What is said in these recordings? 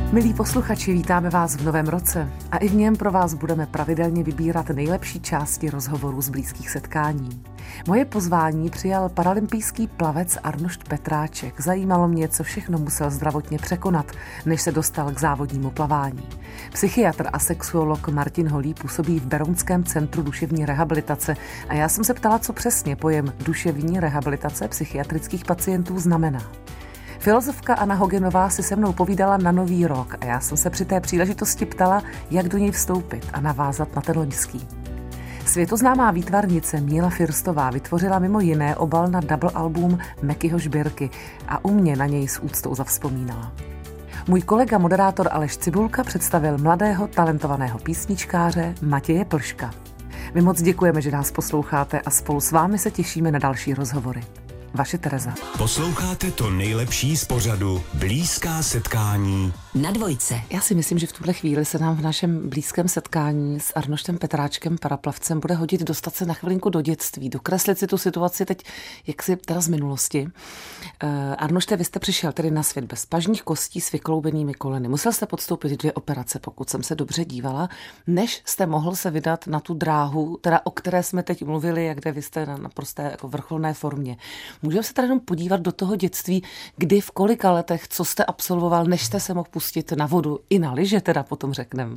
Milí posluchači, vítáme vás v novém roce a i v něm pro vás budeme pravidelně vybírat nejlepší části rozhovorů z blízkých setkání. Moje pozvání přijal paralympijský plavec Arnošt Petráček. Zajímalo mě, co všechno musel zdravotně překonat, než se dostal k závodnímu plavání. Psychiatr a sexuolog Martin Holý působí v Berounském centru duševní rehabilitace a já jsem se ptala, co přesně pojem duševní rehabilitace psychiatrických pacientů znamená. Filozofka Anna Hogenová si se mnou povídala na Nový rok a já jsem se při té příležitosti ptala, jak do něj vstoupit a navázat na ten loňský. Světoznámá výtvarnice Míla Firstová vytvořila mimo jiné obal na double album Mekyho Žbírky a u mě na něj s úctou zavzpomínala. Můj kolega moderátor Aleš Cibulka představil mladého talentovaného písničkáře Matěje Plška. My moc děkujeme, že nás posloucháte a spolu s vámi se těšíme na další rozhovory. Vaše Tereza. Posloucháte to nejlepší z pořadu Blízká setkání na Dvojce. Já si myslím, že v tuhle chvíli se nám v našem blízkém setkání s Arnoštem Petráčkem, paraplavcem, bude hodit dostat se na chvilinku do dětství, dokreslit si tu situaci teď, jak si teda z minulosti. Arnošte, vy jste přišel tedy na svět bez pažních kostí s vykloubenými koleny. Musel jste podstoupit 2 operace, pokud jsem se dobře dívala, než jste mohl se vydat na tu dráhu, teda o které jsme teď mluvili, kde vy jste na naprosté jako vrcholné formě. Můžeme se tady jenom podívat do toho dětství, kdy, v kolika letech, co jste absolvoval, než jste se mohl pustit na vodu i na lyže, teda potom řekneme.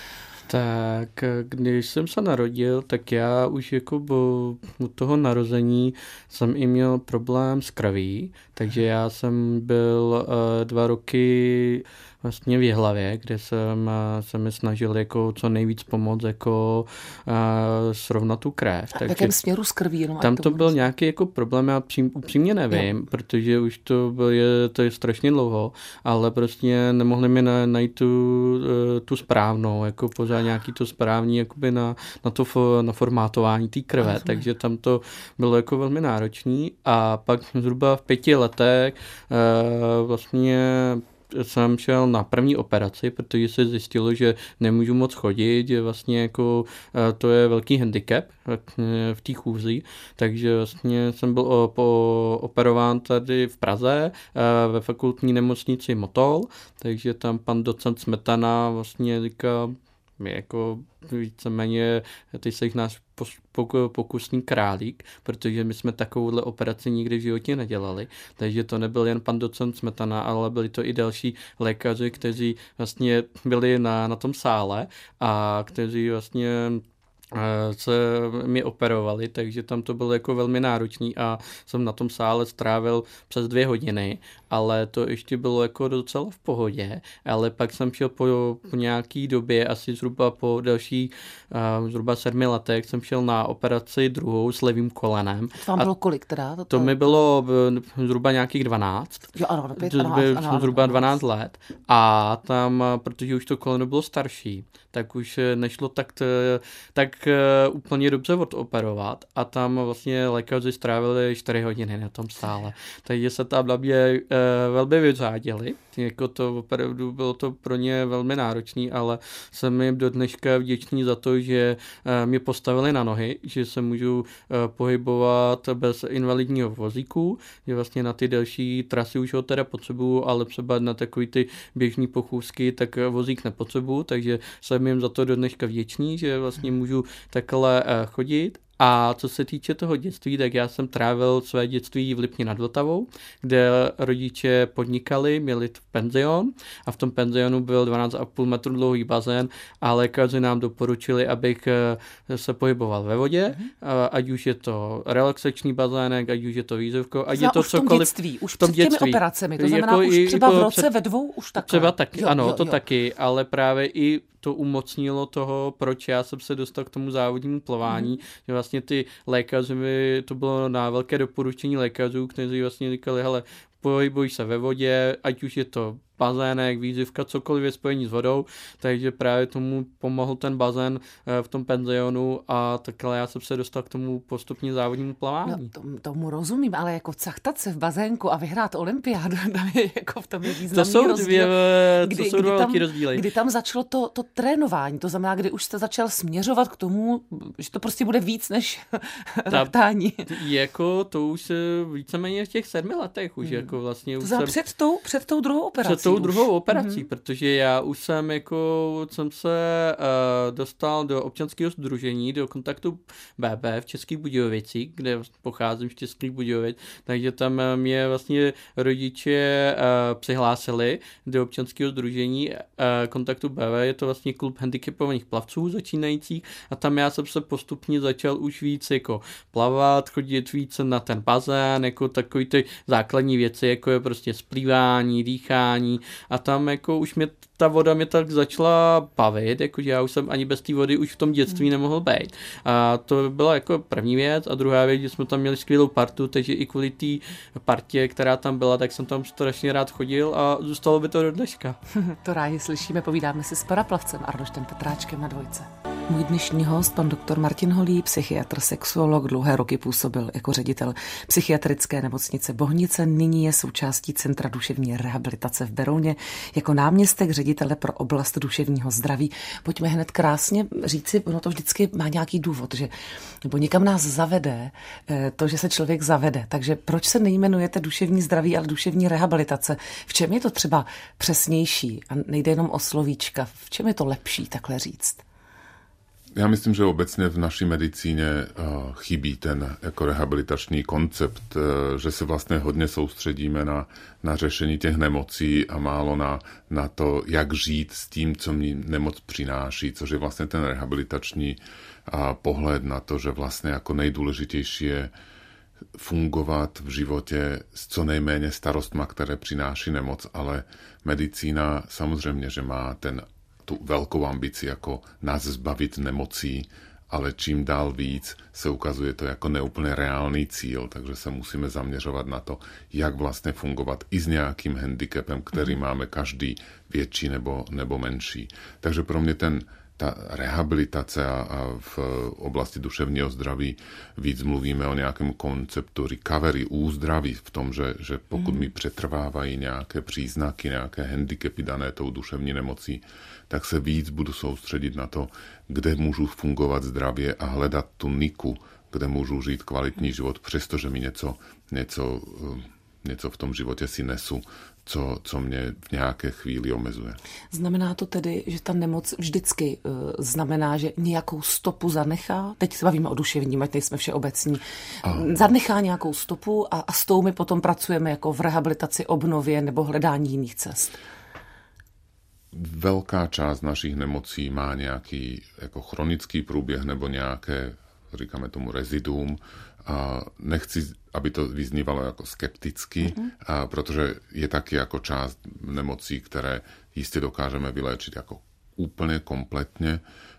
Tak, když jsem se narodil, tak já už jako u toho narození jsem i měl problém s krví, takže já jsem byl 2 roky vlastně v Jihlavě, kde jsem se mi snažil jako co nejvíc pomoct jako srovnat tu krev. A v jakém směru s krví? Jenom tam to byl nějaký jako problém, já upřímně nevím, protože už to je strašně dlouho, ale prostě nemohli mi najít tu správnou, jako pořád nějaký to správný jakoby na formátování té krve, takže tam to bylo jako velmi náročný a pak zhruba v 5 letech vlastně jsem šel na první operaci, protože se zjistilo, že nemůžu moc chodit, že vlastně jako to je velký handicap v té chůzi, takže vlastně jsem byl operován tady v Praze ve fakultní nemocnici Motol, takže tam pan docent Smetana vlastně říkal, jako víceméně ty jsi náš pokusný králík, protože my jsme takovouhle operaci nikdy v životě nedělali, takže to nebyl jen pan docent Smetana, ale byli to i další lékaři, kteří vlastně byli na tom sále a kteří vlastně se mi operovali, takže tam to bylo jako velmi náročný a jsem na tom sále strávil přes 2 hodiny, ale to ještě bylo jako docela v pohodě, ale pak jsem šel po nějaký době, asi zhruba po další zhruba 7 letech jsem šel na operaci druhou s levým kolenem. To vám bylo kolik teda? To mi bylo zhruba nějakých 12. Jo, ano, zhruba 12 let a tam, protože už to koleno bylo starší, tak už nešlo tak úplně dobře odoperovat a tam vlastně lékaři strávili 4 hodiny na tom sále. Takže se tam na mě velmi vyřádili. Jako to opravdu bylo to pro ně velmi náročný, ale jsem jim do dneška vděčný za to, že mě postavili na nohy, že se můžu pohybovat bez invalidního vozíku, že vlastně na ty další trasy už ho teda potřebuju, ale třeba na takový ty běžný pochůzky, tak vozík nepotřebuju, takže jsem jim za to do dneška vděčný, že vlastně můžu takhle chodit. A co se týče toho dětství, tak já jsem trávil své dětství v Lipni nad Vltavou, kde rodiče podnikali, měli penzion a v tom penzionu byl 12,5 metru dlouhý bazén a lékaři nám doporučili, abych se pohyboval ve vodě, ať už je to relaxační bazének, ať už je to výzivko, ať je to cokoliv. Už v tom dětství, už před těmi operacemi, to znamená jako už třeba v roce ve 2 už takhle. Třeba taky, ano, to taky, ale právě i to umocnilo toho, proč já jsem se dostal k tomu závodnímu plavání, že vlastně ty lékaři, to bylo na velké doporučení lékařů, kteří vlastně říkali, hele, pohybuj se ve vodě, ať už je to bazének, výzivka, cokoliv je spojení s vodou, takže právě tomu pomohl ten bazén v tom penzionu a takhle já jsem se dostal k tomu postupně závodnímu plavání. No, tomu rozumím, ale jako cachtat se v bazénku a vyhrát olympiádu, jako v tom je významný rozdíl. To jsou 2 velký rozdíly. Kdy tam začalo to trénování, to znamená, kdy už jste začal směřovat k tomu, že to prostě bude víc než reptání. Jako to už víceméně v těch 7 letech už jako vlastně. To znamená před tou druhou operací. tou druhou operací, protože já už jsem se dostal do občanského sdružení, do kontaktu BB v Českých Budějovicích, kde pocházím z Českých Budějovic, takže tam mě vlastně rodiče přihlásili do občanského sdružení kontaktu BB, je to vlastně klub handicapovaných plavců začínajících a tam já jsem se postupně začal už víc jako plavat, chodit více na ten bazén, jako takový ty základní věci, jako je prostě splývání, dýchání a tam jako už ta voda mě tak začala bavit, jakože já už jsem ani bez té vody už v tom dětství nemohl být. A to byla jako první věc a druhá věc, že jsme tam měli skvělou partu, takže i kvůli té partě, která tam byla, tak jsem tam strašně rád chodil a zůstalo by to do dneška. To rádi slyšíme, povídáme si s paraplavcem Arnoštem Petráčkem na Dvojce. Můj dnešní host, pan doktor Martin Holý, psychiatr, sexuolog, dlouhé roky působil jako ředitel psychiatrické nemocnice Bohnice, nyní je součástí Centra duševní rehabilitace v Berouně jako náměstek ředitele pro oblast duševního zdraví. Pojďme hned krásně říci, ono to vždycky má nějaký důvod, že nebo někam nás zavede to, že se člověk zavede. Takže proč se nejmenujete duševní zdraví, ale duševní rehabilitace? V čem je to třeba přesnější a nejde jenom o slovíčka? V čem je to lepší takhle říct? Já myslím, že obecně v naší medicíně chybí ten jako rehabilitační koncept, že se vlastně hodně soustředíme na řešení těch nemocí a málo na to, jak žít s tím, co mi nemoc přináší, což je vlastně ten rehabilitační pohled na to, že vlastně jako nejdůležitější je fungovat v životě s co nejméně starostma, které přináší nemoc, ale medicína samozřejmě, že má tu velkou ambici jako nás zbavit nemocí, ale čím dál víc se ukazuje to jako neúplně reálný cíl, takže se musíme zaměřovat na to, jak vlastně fungovat i s nějakým handicapem, který máme každý větší nebo menší. Takže pro mě ta rehabilitace a v oblasti duševního zdraví víc mluvíme o nějakém konceptu recovery, úzdraví v tom, že pokud mi přetrvávají nějaké příznaky, nějaké handicapy dané tou duševní nemocí, tak se víc budu soustředit na to, kde můžu fungovat zdravě a hledat tu niku, kde můžu žít kvalitní život, přestože mi něco v tom životě si nesu, co mě v nějaké chvíli omezuje. Znamená to tedy, že ta nemoc vždycky znamená, že nějakou stopu zanechá? Teď se bavíme o duševním, ať nejsme všeobecní. Zanechá nějakou stopu a s tou my potom pracujeme jako v rehabilitaci, obnově nebo hledání jiných cest? Velká část našich nemocí má nějaký jako chronický průběh nebo nějaké, říkáme tomu reziduum. A nechci, aby to vyznívalo jako skepticky, protože je taky jako část nemocí, které jistě dokážeme vyléčit jako úplně kompletně,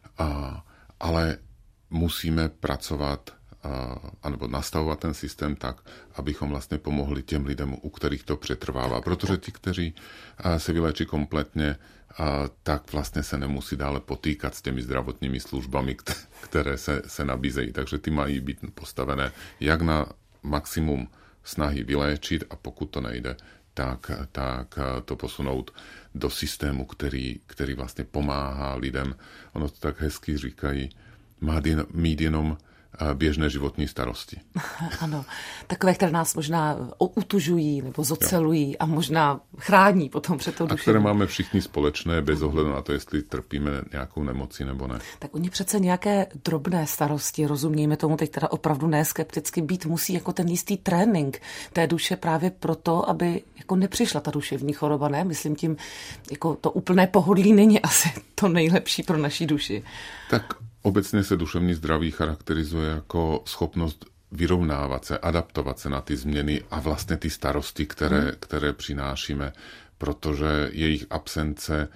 ale musíme pracovat anebo nastavovat ten systém tak, abychom vlastně pomohli těm lidem, u kterých to přetrvává. Protože ti, kteří se vyléčí kompletně, tak vlastně se nemusí dále potýkat s těmi zdravotními službami, které se nabízejí. Takže ty mají být postavené jak na maximum snahy vyléčit a pokud to nejde, tak to posunout do systému, který vlastně pomáhá lidem. Ono to tak hezky říkají, mít jenom běžné životní starosti. Ano, takové, které nás možná utužují nebo zocelují a možná chrání potom před tou duševní. A které máme všichni společné, bez ohledu na to, jestli trpíme nějakou nemocí nebo ne. Tak oni přece nějaké drobné starosti, rozumějme tomu teď teda opravdu neskepticky, být musí jako ten jistý trénink té duše právě proto, aby jako nepřišla ta duševní choroba, ne? Myslím tím, jako to úplné pohodlí není asi to nejlepší pro naší duši. Tak obecně se duševní zdraví charakterizuje jako schopnost vyrovnávat se, adaptovat se na ty změny a vlastně ty starosti, které přinášíme, protože jejich absence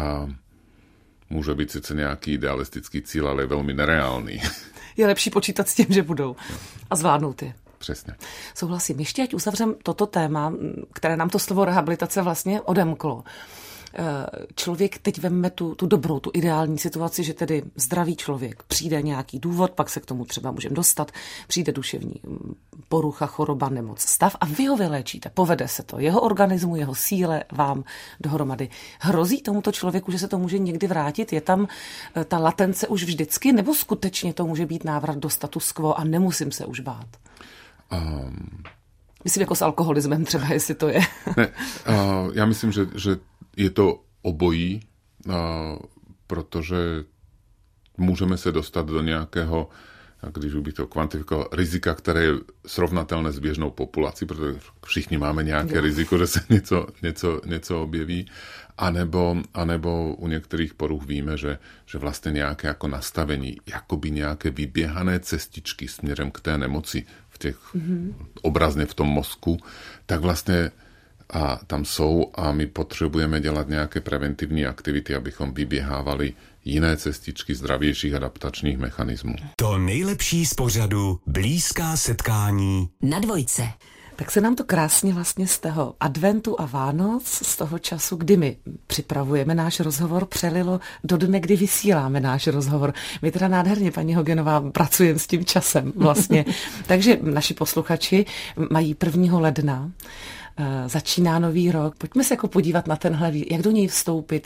může být sice nějaký idealistický cíl, ale je velmi nereálný. Je lepší počítat s tím, že budou a zvládnout je. Přesně. Souhlasím. Ještě ať uzavřem toto téma, které nám to slovo rehabilitace vlastně odemklo. Člověk teď veme tu dobrou, tu ideální situaci, že tedy zdravý člověk, přijde nějaký důvod, pak se k tomu třeba můžeme dostat, přijde duševní porucha, choroba, nemoc, stav a vy ho vyléčíte, povede se to, jeho organismu, jeho síle vám dohromady. Hrozí tomuto člověku, že se to může někdy vrátit? Je tam ta latence už vždycky, nebo skutečně to může být návrat do status quo a nemusím se už bát? Myslím jako s alkoholismem třeba, jestli to je. Ne, já myslím, že je to obojí, protože můžeme se dostat do nějakého, když bych to kvantifikoval, rizika, které je srovnatelné s běžnou populací, protože všichni máme nějaké riziko, že se něco objeví, anebo u některých poruch víme, že vlastně nějaké jako nastavení, jakoby nějaké vyběhané cestičky směrem k té nemoci obrazně v tom mozku, tak vlastně a tam jsou a my potřebujeme dělat nějaké preventivní aktivity, abychom vyběhávali jiné cestičky zdravějších adaptačních mechanismů. To nejlepší z pořadu Blízká setkání na Dvojce. Tak se nám to krásně vlastně z toho adventu a Vánoc, z toho času, kdy my připravujeme náš rozhovor, přelilo do dne, kdy vysíláme náš rozhovor. My teda nádherně, paní Hogenová, pracujeme s tím časem vlastně. Takže naši posluchači mají 1. ledna, začíná nový rok. Pojďme se jako podívat na tenhle, jak do něj vstoupit,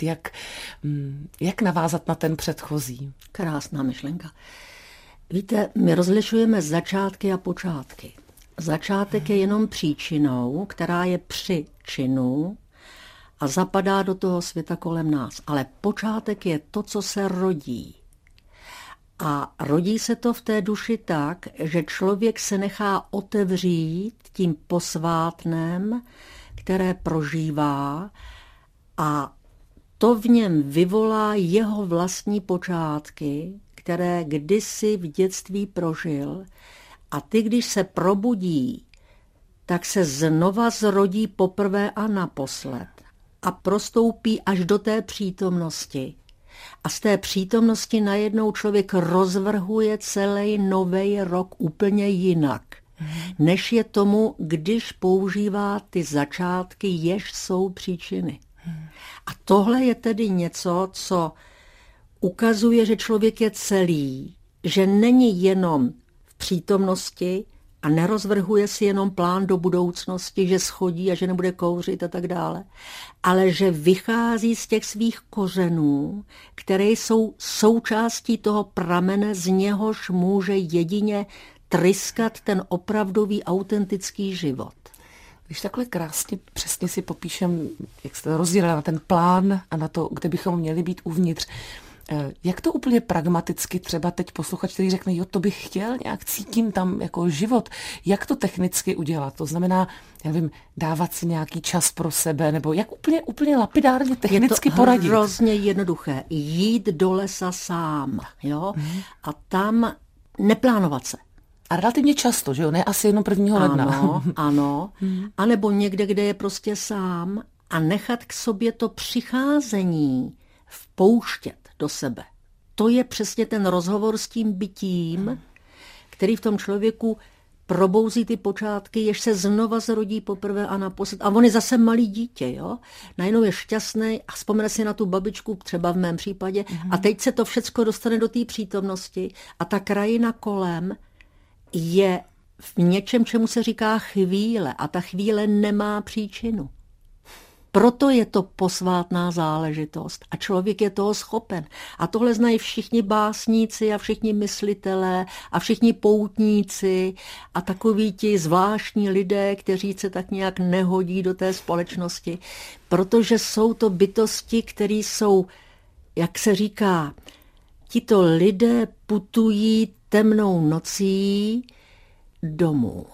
jak navázat na ten předchozí. Krásná myšlenka. Víte, my rozlišujeme začátky a počátky. Začátek je jenom příčinou, která je při činu a zapadá do toho světa kolem nás. Ale počátek je to, co se rodí. A rodí se to v té duši tak, že člověk se nechá otevřít tím posvátnem, které prožívá, a to v něm vyvolá jeho vlastní počátky, které kdysi v dětství prožil. A ty, když se probudí, tak se znova zrodí poprvé a naposled a prostoupí až do té přítomnosti. A z té přítomnosti najednou člověk rozvrhuje celý nový rok úplně jinak, než je tomu, když používá ty začátky, jež jsou příčiny. A tohle je tedy něco, co ukazuje, že člověk je celý, že není jenom v přítomnosti a nerozvrhuje si jenom plán do budoucnosti, že schodí a že nebude kouřit a tak dále, ale že vychází z těch svých kořenů, které jsou součástí toho pramene, z něhož může jedině tryskat ten opravdový autentický život. Když takhle krásně přesně si popíšem, jak jste rozdělila na ten plán a na to, kde bychom měli být uvnitř, jak to úplně pragmaticky třeba teď posluchač, který řekne, jo, to bych chtěl, nějak cítím tam jako život, jak to technicky udělat? To znamená, já nevím, dávat si nějaký čas pro sebe, nebo jak úplně lapidárně technicky poradit? Je to hrozně jednoduché. Jít do lesa sám, jo? A tam neplánovat se. A relativně často, že jo? Ne asi jenom 1. ledna. Ano. A nebo někde, kde je prostě sám, a nechat k sobě to přicházení vpouštět do sebe. To je přesně ten rozhovor s tím bytím, který v tom člověku probouzí ty počátky, jež se znova zrodí poprvé a naposled. A on je zase malý dítě, jo? Najednou je šťastný a vzpomene si na tu babičku, třeba v mém případě, a teď se to všecko dostane do té přítomnosti a ta krajina kolem je v něčem, čemu se říká chvíle, a ta chvíle nemá příčinu. Proto je to posvátná záležitost a člověk je toho schopen. A tohle znají všichni básníci a všichni myslitelé a všichni poutníci a takoví ti zvláštní lidé, kteří se tak nějak nehodí do té společnosti, protože jsou to bytosti, které jsou, jak se říká, tito lidé putují temnou nocí domů.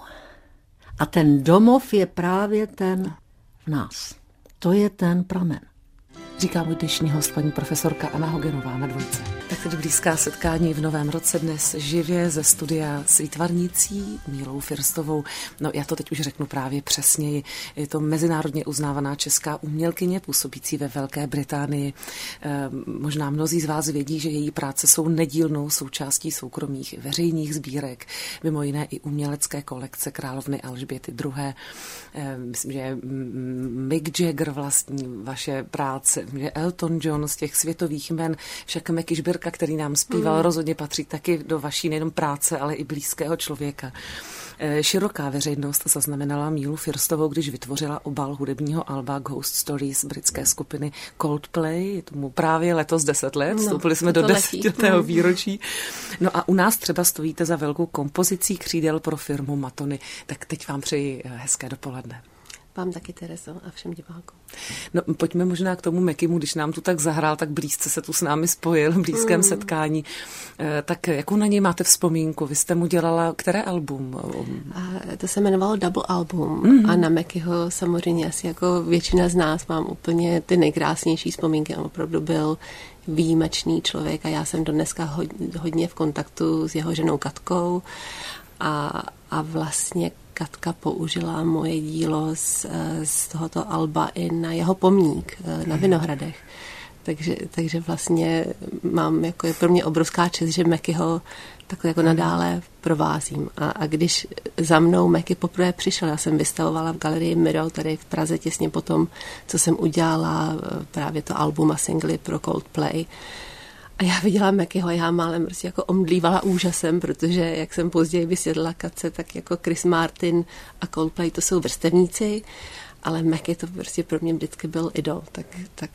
A ten domov je právě ten v nás. To je ten pramen. Říká můj dnešní host, paní profesorka Anna Hogenová na Dvojce. Tak tedy blízká setkání v novém roce, dnes živě ze studia s výtvarnicí Mílou Firstovou. No já to teď už řeknu právě přesněji. Je to mezinárodně uznávaná česká umělkyně, působící ve Velké Británii. Možná mnozí z vás vědí, že její práce jsou nedílnou součástí soukromých veřejných sbírek, mimo jiné i umělecké kolekce královny Alžběty II. Myslím, že Mick Jagger vlastní vaše práce, že Elton John z těch světových jmen, však Meky Žbirka, který nám zpíval, rozhodně patří taky do vaší nejenom práce, ale i blízkého člověka. Široká veřejnost zaznamenala Mílu Firstovou, když vytvořila obal hudebního alba Ghost Stories britské skupiny Coldplay. Je tomu právě letos 10 let, vstoupili jsme do 10. výročí. No a u nás třeba stojíte za velkou kompozicí křídel pro firmu Matony. Tak teď vám přeji hezké dopoledne. Vám taky, Terezo, a všem divákům. No, pojďme možná k tomu Mekimu, když nám tu tak zahrál, tak blízce se tu s námi spojil v blízkém setkání. Tak jakou na něj máte vzpomínku? Vy jste mu dělala které album? To se jmenovalo Double Album a na Mekyho samozřejmě asi jako většina z nás mám úplně ty nejkrásnější vzpomínky. On opravdu byl výjimečný člověk a já jsem dneska hodně v kontaktu s jeho ženou Katkou a vlastně Katka použila moje dílo z tohoto alba i na jeho pomník na Vinohradech. Takže vlastně mám, jako je pro mě obrovská čest, že Mekyho takhle jako nadále provázím. A když za mnou Meky poprvé přišel, já jsem vystavovala v galerii Miro tady v Praze těsně potom, co jsem udělala právě to album a singly pro Coldplay. A já viděla Mekyho a já málem prostě jako omdlívala úžasem, protože jak jsem později vysvětlila Katce, tak jako Chris Martin a Coldplay to jsou vrstevníci, ale Meky to prostě pro mě vždycky byl idol, tak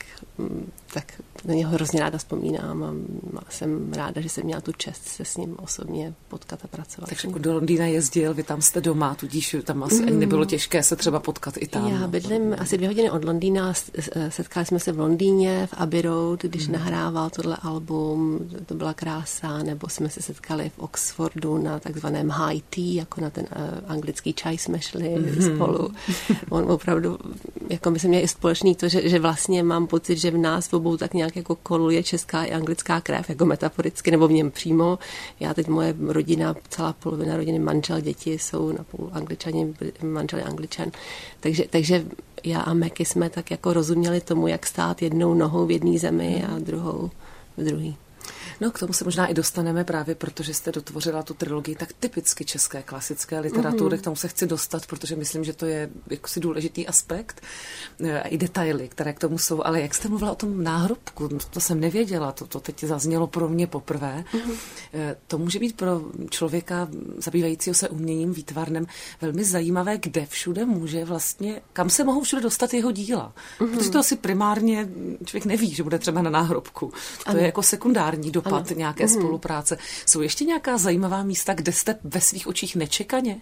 na něho hrozně ráda vzpomínám a jsem ráda, že jsem měla tu čest se s ním osobně potkat a pracovat. Takže do Londýna jezdil, vy tam jste doma, tudíž tam asi ani nebylo těžké se třeba potkat i tam. Já bydlím asi 2 hodiny od Londýna, setkali jsme se v Londýně, v Abbey Road, když nahrával tohle album, to byla krása, nebo jsme se setkali v Oxfordu na takzvaném high tea, jako na ten anglický čaj jsme šli spolu. On opravdu, jako my jsme měli i společný to, že vlastně mám pocit, že v nás obou tak nějak jako koluje česká i anglická krev, jako metaforicky, nebo v něm přímo. Já teď moje rodina, celá polovina rodiny, manžel, děti jsou napůl Angličani, manžel je Angličan. Takže já a Meky jsme tak jako rozuměli tomu, jak stát jednou nohou v jedné zemi a druhou v druhé. No, k tomu se možná i dostaneme právě, protože jste dotvořila tu trilogii tak typicky české klasické literatury. K tomu se chci dostat, protože myslím, že to je jakosi důležitý aspekt. I detaily, které k tomu jsou. Ale jak jste mluvila o tom náhrobku, to jsem nevěděla, to teď zaznělo pro mě poprvé. To může být pro člověka zabývajícího se uměním, výtvarnem velmi zajímavé, kde všude může vlastně, kam se mohou všude dostat jeho díla. Protože to asi primárně člověk neví, že bude třeba na náhrobku. To je jako sekundární dopad nějaké spolupráce. Jsou ještě nějaká zajímavá místa, kde jste ve svých očích nečekaně?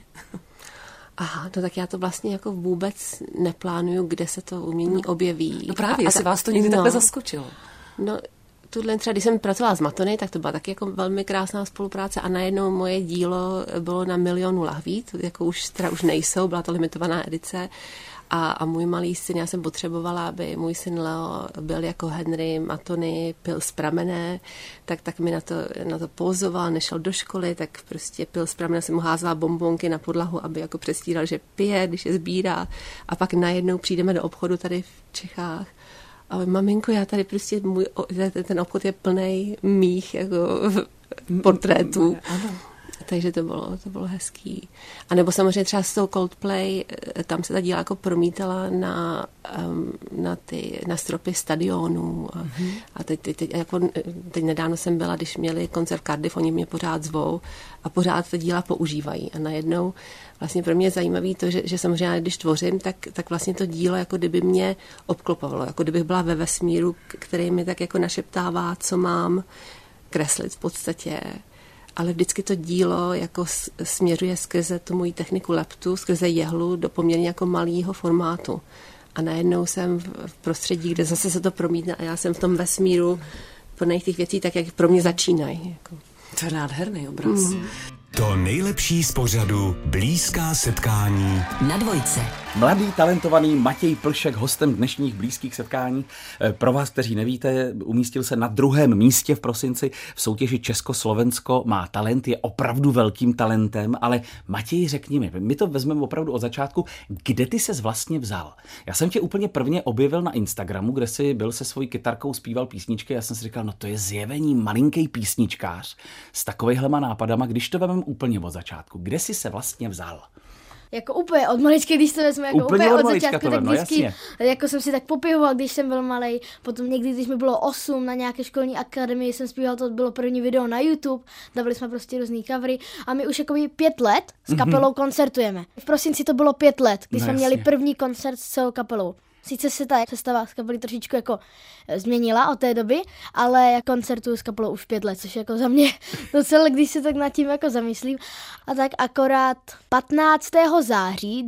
Aha, no tak já to vlastně jako vůbec neplánuju, kde se to umění objeví. No právě, jestli vás to někdy takhle zaskočilo. No, tuhle třeba, když jsem pracovala s Matony, tak to byla taky jako velmi krásná spolupráce a najednou moje dílo bylo na 1 000 000 lahví, to jako už nejsou, byla to limitovaná edice. A můj malý syn, já jsem potřebovala, aby můj syn Leo byl jako Henry Matony, pil z pramene, tak mi na to pózoval, nešel do školy, tak prostě pil z pramene, jsem mu házela bonbonky na podlahu, aby jako předstíral, že pije, když je sbírá. A pak najednou přijdeme do obchodu tady v Čechách. A maminko, já tady prostě, ten obchod je plnej mých jako portrétů. Ano. Takže to bylo hezký. A nebo samozřejmě třeba s tou Coldplay, tam se ta díla jako promítala na stropy stadionů. A teď nedávno jsem byla, když měli koncert v Cardiff, oni mě pořád zvou a pořád ta díla používají. A najednou vlastně pro mě je zajímavý to, že samozřejmě, když tvořím, tak vlastně to dílo jako kdyby mě obklopovalo, jako kdybych byla ve vesmíru, který mi tak jako našeptává, co mám kreslit v podstatě. Ale vždycky to dílo jako směřuje skrze tu moji techniku leptu, skrze jehlu do poměrně jako malého formátu. A najednou jsem v prostředí, kde zase se to promítne a já jsem v tom vesmíru plných těch věcí, tak jak pro mě začínají. Jako. To je nádherný obraz. To nejlepší z pořadu Blízká setkání na Dvojce. Mladý, talentovaný Matěj Plšek, hostem dnešních Blízkých setkání. Pro vás, kteří nevíte, umístil se na 2. místě v prosinci v soutěži Československo má talent, je opravdu velkým talentem, ale Matěj, řekni mi, my to vezmeme opravdu od začátku, kde ty ses vlastně vzal? Já jsem tě úplně prvně objevil na Instagramu, kde jsi byl se svojí kytarkou, zpíval písničky, já jsem si říkal, no to je zjevení malinký písničkář s takovejhlema nápadama, když to vezmeme úplně od začátku. Kde jsi se vlastně vzal? Jako úplně od maličky, když to vezme, jako úplně od začátku, tak vždycky, jako jsem si tak popěvoval, když jsem byl malej, potom někdy, když mi bylo 8, na nějaké školní akademii jsem zpíval, to bylo první video na YouTube, dávali jsme prostě různý covery a my už jako 5 let s kapelou koncertujeme. V prosinci to bylo 5 let, když jsme měli první koncert s celou kapelou. Sice se ta sestava z kapely trošičku jako změnila od té doby, ale koncertuju s kapelou už 5 let, což jako za mě docela, když se tak nad tím jako zamyslím. A tak akorát 15. září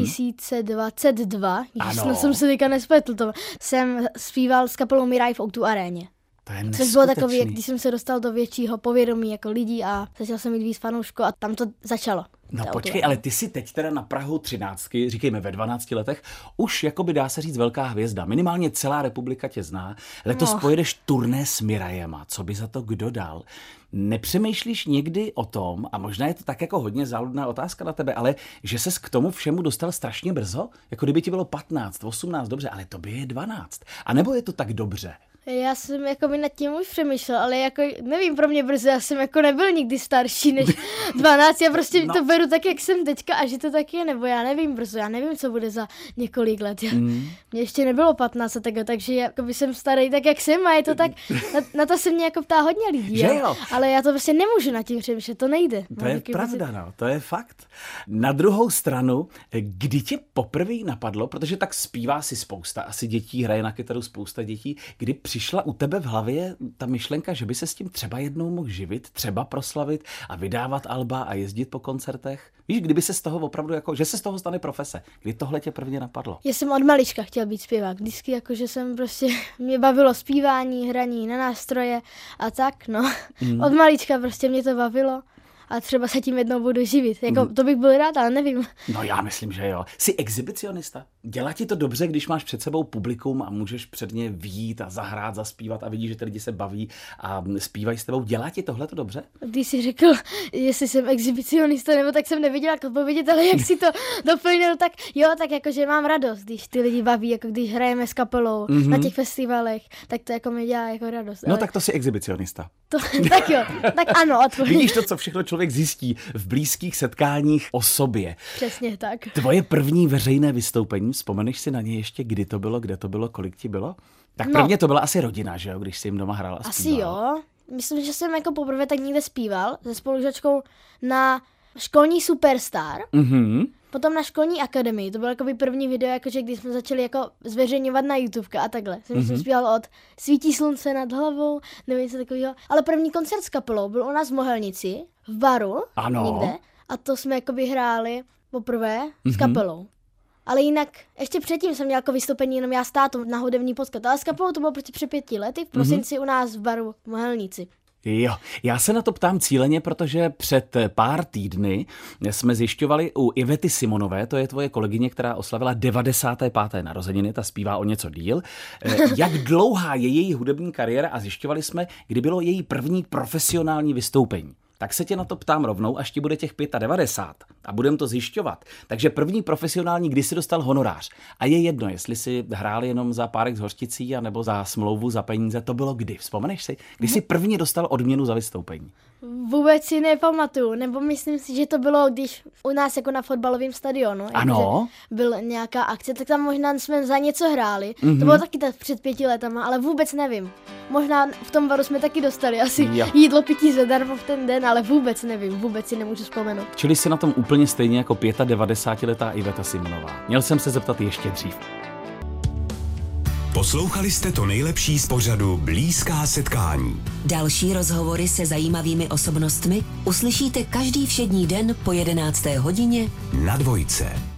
2022, když jsem se teďka nespletl, jsem zpíval s kapelou Miraj v O2 aréně. Což bylo takový, když jsem se dostal do většího povědomí jako lidí a začal jsem mít víc fanoušků a tam to začalo. No počkej, ale ty si teď teda na prahu 13, říkejme ve 12 letech, už jakoby dá se říct velká hvězda. Minimálně celá republika tě zná. Letos pojedeš turné s Mirajema. Co by za to kdo dal? Nepřemýšlíš někdy o tom, a možná je to tak jako hodně záludná otázka na tebe, ale že ses k tomu všemu dostal strašně brzo? Jako kdyby ti bylo 15, 18, dobře, ale tobě je 12. A nebo je to tak dobře? Já jsem jako by nad tím už přemýšlel, ale jako nevím, pro mě brzo, já jsem jako nebyl nikdy starší než 12, já prostě to beru tak, jak jsem teďka a že to tak je, nebo já nevím brzo, já nevím, co bude za několik let. Mně ještě nebylo 15 a takže jako by jsem starý tak, jak jsem a je to tak, na to se mě jako ptá hodně lidí, jo? Ale já to prostě nemůžu nad tím přemýšlet, to nejde. To je pravda, no, to je fakt. Na druhou stranu, kdy tě poprvé napadlo, protože tak zpívá si spousta, asi dětí, hraje na kytaru spousta dětí, kdy přišla u tebe v hlavě ta myšlenka, že by se s tím třeba jednou mohl živit, třeba proslavit a vydávat alba a jezdit po koncertech? Víš, kdyby se z toho opravdu, jako, že se z toho stane profese, kdy tohle tě prvně napadlo? Já jsem od malička chtěl být zpěvák, vždycky jako, že jsem prostě, mě bavilo zpívání, hraní na nástroje a tak, no. Od malička prostě mě to bavilo. A třeba se tím jednou budu živit. Jako, to bych byl rád, ale nevím. No já myslím, že jo. Jsi exhibicionista? Dělá ti to dobře, když máš před sebou publikum a můžeš před ně vyjít a zahrát, zaspívat a vidíš, že ty lidi se baví a zpívají s tebou. Dělá ti tohle to dobře? Když jsi řekl, jestli jsem exhibicionista, nebo tak jsem nevěděla, jak odpovědět, ale jak si to doplnil, tak jo, tak jakože mám radost, když ty lidi baví, jako když hrajeme s kapelou na těch festivalech, tak to jako mi dělá jako radost. No ale tak to jsi exhibicionista. Tak jo, tak ano. Vidíš to, co všechno člověk zjistí v blízkých setkáních o sobě. Přesně tak. Tvoje první veřejné vystoupení, vzpomeneš si na ně ještě, kdy to bylo, kde to bylo, kolik ti bylo? Tak prvně to byla asi rodina, že jo, když jsi jim doma hrál a zpíval. Asi jo. Myslím, že jsem jako poprvé tak někde zpíval se spolužačkou na školní Superstar. Potom na školní akademii, to bylo jako první video, jakože když jsme začali jako zveřejňovat na YouTube a takhle. Jsem zpíval od Svítí slunce nad hlavou, nevím co takového. Ale první koncert s kapelou byl u nás v Mohelnici, v baru, někde. A to jsme jako hráli poprvé s kapelou. Ale jinak, ještě předtím jsem měl jako vystoupení jenom já s tátou na hudební podcast. Ale s kapelou to bylo prostě před 5 lety v prosinci u nás v baru v Mohelnici. Jo, já se na to ptám cíleně, protože před pár týdny jsme zjišťovali u Ivety Simonové, to je tvoje kolegyně, která oslavila 95. narozeniny, ta zpívá o něco díl, jak dlouhá je její hudební kariéra a zjišťovali jsme, kdy bylo její první profesionální vystoupení. Tak se tě na to ptám rovnou, až ti bude těch 95 a budeme to zjišťovat. Takže první profesionální, kdy jsi dostal honorář. A je jedno, jestli si hrál jenom za párek z hořčicí, anebo za smlouvu, za peníze, to bylo kdy? Vzpomeneš si? Kdy jsi první dostal odměnu za vystoupení? Vůbec si nepamatuju, nebo myslím si, že to bylo, když u nás jako na fotbalovém stadionu. Ano. Byl nějaká akce, tak tam možná jsme za něco hráli. To bylo taky tak před 5 letama, ale vůbec nevím. Možná v tom baru jsme taky dostali asi jídlo, pití zadarmo v ten den, ale vůbec nevím, vůbec si nemůžu vzpomenout. Čili jsi na tom úplně stejně jako 95letá Iveta Simonová. Měl jsem se zeptat ještě dřív. Poslouchali jste to nejlepší z pořadu Blízká setkání. Další rozhovory se zajímavými osobnostmi uslyšíte každý všední den po 11. hodině na Dvojce.